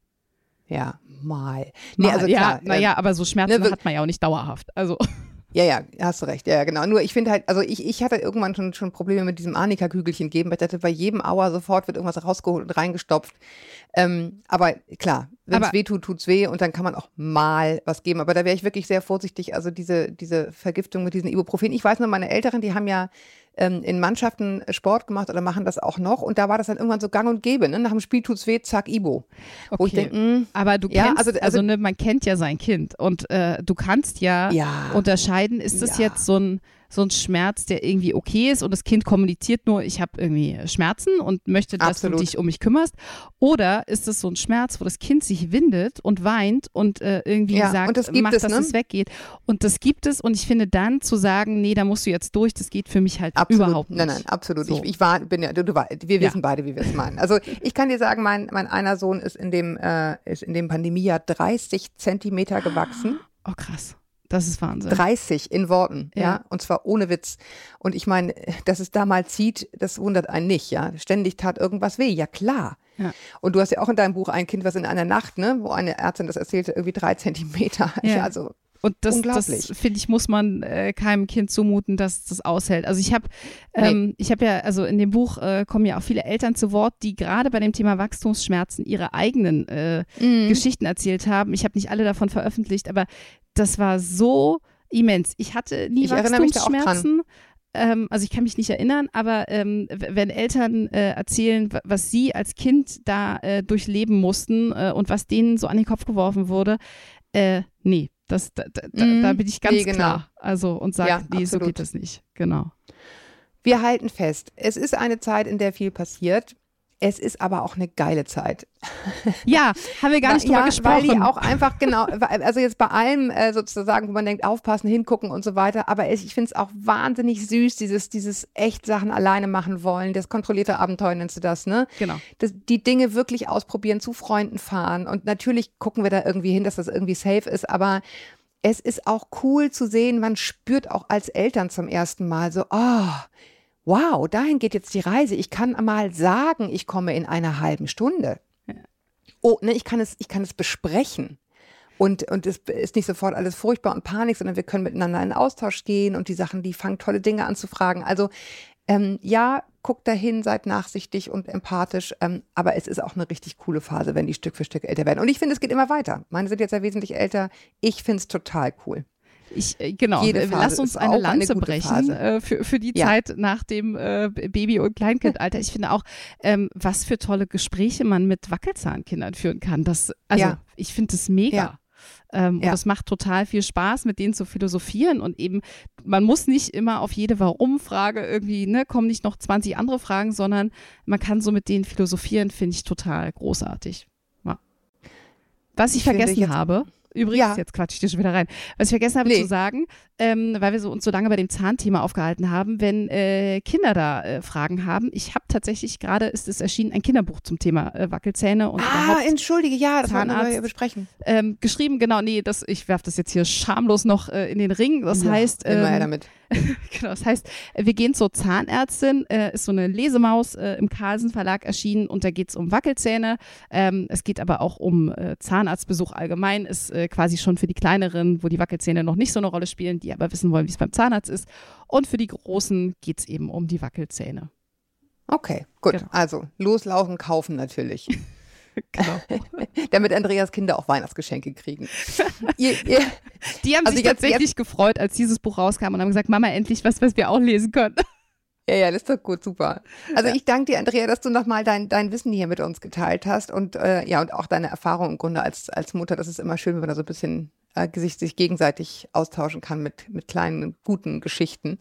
Ja, mal. Nee, Mal, also ja, klar, naja, aber so Schmerzen ne, wir- hat man ja auch nicht dauerhaft. Also Ja, ja, hast du recht. Ja, ja, genau. Nur ich finde halt, also ich, ich hatte irgendwann schon, schon Probleme mit diesem Arnika-Kügelchen geben, weil ich dachte, bei jedem Auer sofort wird irgendwas rausgeholt und reingestopft. Ähm, aber klar, wenn es Aber- weh tut, tut's weh und dann kann man auch mal was geben. Aber da wäre ich wirklich sehr vorsichtig. Also diese, diese Vergiftung mit diesen Ibuprofen. Ich weiß nur, meine Älteren, die haben ja ähm, in Mannschaften Sport gemacht oder machen das auch noch. Und da war das dann irgendwann so gang und gäbe. Ne? Nach dem Spiel tut's weh, zack, Ibo. Wo ich Okay. denke, mh, Aber du Ja, kennst, also- also, also- ne, man kennt ja sein Kind und äh, du kannst ja, Ja. unterscheiden, ist das Ja. jetzt so ein, so ein Schmerz, der irgendwie okay ist und das Kind kommuniziert nur, ich habe irgendwie Schmerzen und möchte, dass Absolut. du dich um mich kümmerst, oder ist es so ein Schmerz, wo das Kind sich windet und weint und äh, irgendwie Ja, sagt, und das gibt mach, es, dass ne? es weggeht. Und das gibt es und ich finde dann zu sagen, nee, da musst du jetzt durch, das geht für mich halt Absolut. überhaupt nicht. Nein, nein, absolut. So. Ich, ich war, bin ja, du, du, wir Ja. wissen beide, wie wir es meinen. Also ich kann dir sagen, mein, mein einer Sohn ist in dem, äh, ist in dem Pandemiejahr dreißig Zentimeter gewachsen. Oh krass, das ist Wahnsinn. dreißig in Worten, ja. Ja. Und zwar ohne Witz. Und ich meine, dass es da mal zieht, das wundert einen nicht, ja. Ständig tat irgendwas weh, ja klar. Ja. Und du hast ja auch in deinem Buch ein Kind, was in einer Nacht, ne, wo eine Ärztin das erzählte, irgendwie drei Zentimeter. Ja. Also Und das, das Unglaublich. finde ich, muss man äh, keinem Kind zumuten, dass das aushält. Also ich habe ähm, ich habe ja, also in dem Buch äh, kommen ja auch viele Eltern zu Wort, die gerade bei dem Thema Wachstumsschmerzen ihre eigenen äh, Mhm. Geschichten erzählt haben. Ich habe nicht alle davon veröffentlicht, aber das war so immens. Ich hatte nie Ich erinnere mich da auch dran. Wachstumsschmerzen. Ähm, also ich kann mich nicht erinnern, aber ähm, w- wenn Eltern äh, erzählen, wa- was sie als Kind da äh, durchleben mussten äh, und was denen so an den Kopf geworfen wurde, äh, nee, das, da, da, da- Mhm. da bin ich ganz Nee, genau. klar. Also und sage, Ja, nee, so absolut. geht das nicht. Genau. Wir halten fest, es ist eine Zeit, in der viel passiert. Es ist aber auch eine geile Zeit. Ja, haben wir gar nicht ja, drüber gesprochen. Weil die auch einfach, genau, also jetzt bei allem äh, sozusagen, wo man denkt, aufpassen, hingucken und so weiter, aber es, ich finde es auch wahnsinnig süß, dieses, dieses echt Sachen alleine machen wollen, das kontrollierte Abenteuer nennst du das, ne? Genau. Das, die Dinge wirklich ausprobieren, zu Freunden fahren und natürlich gucken wir da irgendwie hin, dass das irgendwie safe ist, aber es ist auch cool zu sehen, man spürt auch als Eltern zum ersten Mal so, oh, wow, dahin geht jetzt die Reise. Ich kann mal sagen, ich komme in einer halben Stunde. Oh, ne, ich kann es, ich kann es besprechen. Und, und es ist nicht sofort alles furchtbar und Panik, sondern wir können miteinander in Austausch gehen und die Sachen, die fangen tolle Dinge an zu fragen. Also Ähm, ja, guckt dahin, seid nachsichtig und empathisch, ähm, aber es ist auch eine richtig coole Phase, wenn die Stück für Stück älter werden. Und ich finde, es geht immer weiter. Meine sind jetzt ja wesentlich älter. Ich finde es total cool. Ich, genau, Jede Phase lass uns ist eine auch eine Lanze gute brechen Phase. äh, für, für die Ja. Zeit nach dem äh, Baby- und Kleinkindalter. Ich finde auch, ähm, was für tolle Gespräche man mit Wackelzahnkindern führen kann. Das, also Ja. ich finde das mega. Ja. Ähm, und Ja. es macht total viel Spaß, mit denen zu philosophieren und eben, man muss nicht immer auf jede Warum-Frage irgendwie, ne, kommen nicht noch zwanzig andere Fragen, sondern man kann so mit denen philosophieren, finde ich total großartig. Ja. Was ich, Ich finde vergessen jetzt- habe, übrigens, Ja. jetzt quatsch ich dir schon wieder rein, was ich vergessen habe Nee. zu sagen, ähm, weil wir so, uns so lange bei dem Zahnthema aufgehalten haben, wenn äh, Kinder da äh, Fragen haben, ich habe tatsächlich gerade, ist es erschienen, ein Kinderbuch zum Thema äh, Wackelzähne und Ah, überhaupt entschuldige, ja, das wollten wir Zahnarzt. ja besprechen. ähm, geschrieben, genau, nee, das, ich werfe das jetzt hier schamlos noch äh, in den Ring. Das Ja, heißt, immer her ähm, damit. genau, das heißt, äh, wir gehen zur Zahnärztin, äh, ist so eine Lesemaus äh, im Carlsen Verlag erschienen und da geht es um Wackelzähne. Ähm, es geht aber auch um äh, Zahnarztbesuch allgemein, ist äh, quasi schon für die Kleineren, wo die Wackelzähne noch nicht so eine Rolle spielen, die aber wissen wollen, wie es beim Zahnarzt ist. Und für die Großen geht es eben um die Wackelzähne. Okay, gut. Genau. Also loslaufen, kaufen natürlich. Genau. Damit Andreas Kinder auch Weihnachtsgeschenke kriegen. ihr, ihr, Die haben Also sich jetzt- tatsächlich gefreut, als dieses Buch rauskam und haben gesagt, Mama, endlich was, was wir auch lesen können. ja, ja, das ist doch gut, super. Also ich danke dir, Andrea, dass du nochmal dein, dein Wissen hier mit uns geteilt hast und äh, ja, und auch deine Erfahrung im Grunde als, als Mutter. Das ist immer schön, wenn man da so ein bisschen äh, sich, sich gegenseitig austauschen kann mit, mit kleinen, guten Geschichten.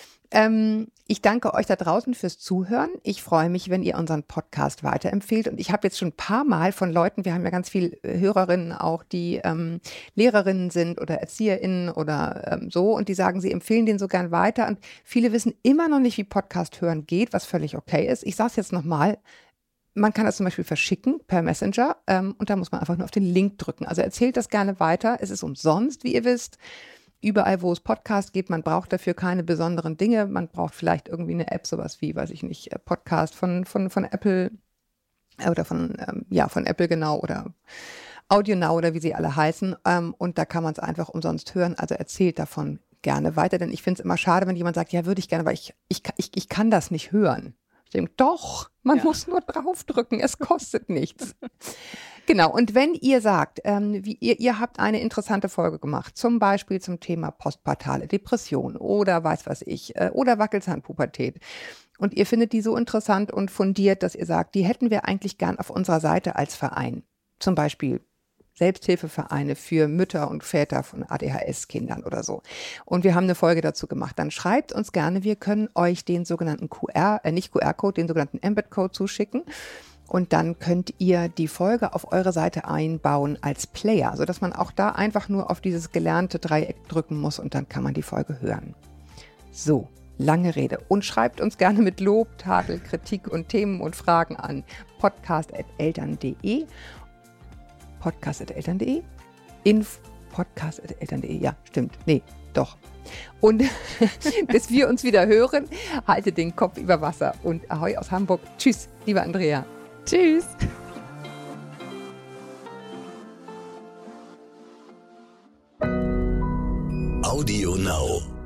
Ähm, ich danke euch da draußen fürs Zuhören. Ich freue mich, wenn ihr unseren Podcast weiterempfehlt. Und ich habe jetzt schon ein paar Mal von Leuten, wir haben ja ganz viele Hörerinnen auch, die ähm, Lehrerinnen sind oder ErzieherInnen oder ähm, so, und die sagen, sie empfehlen den so gern weiter. Und viele wissen immer noch nicht, wie Podcast hören geht, was völlig okay ist. Ich sage es jetzt nochmal. Man kann das zum Beispiel verschicken per Messenger ähm, und da muss man einfach nur auf den Link drücken. Also erzählt das gerne weiter. Es ist umsonst, wie ihr wisst. Überall, wo es Podcast gibt, man braucht dafür keine besonderen Dinge. Man braucht vielleicht irgendwie eine App, sowas wie, weiß ich nicht, Podcast von, von, von Apple äh, oder von, ähm, ja, von Apple genau oder AudioNow oder wie sie alle heißen. Ähm, und da kann man es einfach umsonst hören. Also erzählt davon gerne weiter, denn ich finde es immer schade, wenn jemand sagt, ja, würde ich gerne, aber ich, ich, ich, ich kann das nicht hören. Ich denke, doch, man Ja. muss nur draufdrücken, es kostet nichts. Genau, und wenn ihr sagt, ähm, wie ihr, ihr habt eine interessante Folge gemacht, zum Beispiel zum Thema postpartale Depression oder weiß was ich, äh, oder Wackelzahnpubertät, und ihr findet die so interessant und fundiert, dass ihr sagt, die hätten wir eigentlich gern auf unserer Seite als Verein, zum Beispiel Selbsthilfevereine für Mütter und Väter von A D H S-Kindern oder so. Und wir haben eine Folge dazu gemacht. Dann schreibt uns gerne, wir können euch den sogenannten Q R, äh nicht Q R-Code, den sogenannten Embed-Code zuschicken. Und dann könnt ihr die Folge auf eure Seite einbauen als Player, sodass man auch da einfach nur auf dieses gelernte Dreieck drücken muss und dann kann man die Folge hören. So, lange Rede. Und schreibt uns gerne mit Lob, Tadel, Kritik und Themen und Fragen an podcast at eltern punkt de. podcast at eltern punkt de? Inf podcast at eltern punkt de, ja, stimmt. Nee, doch. Und bis wir uns wieder hören, haltet den Kopf über Wasser und Ahoi aus Hamburg. Tschüss, liebe Andrea. Tschüss. Audio Now.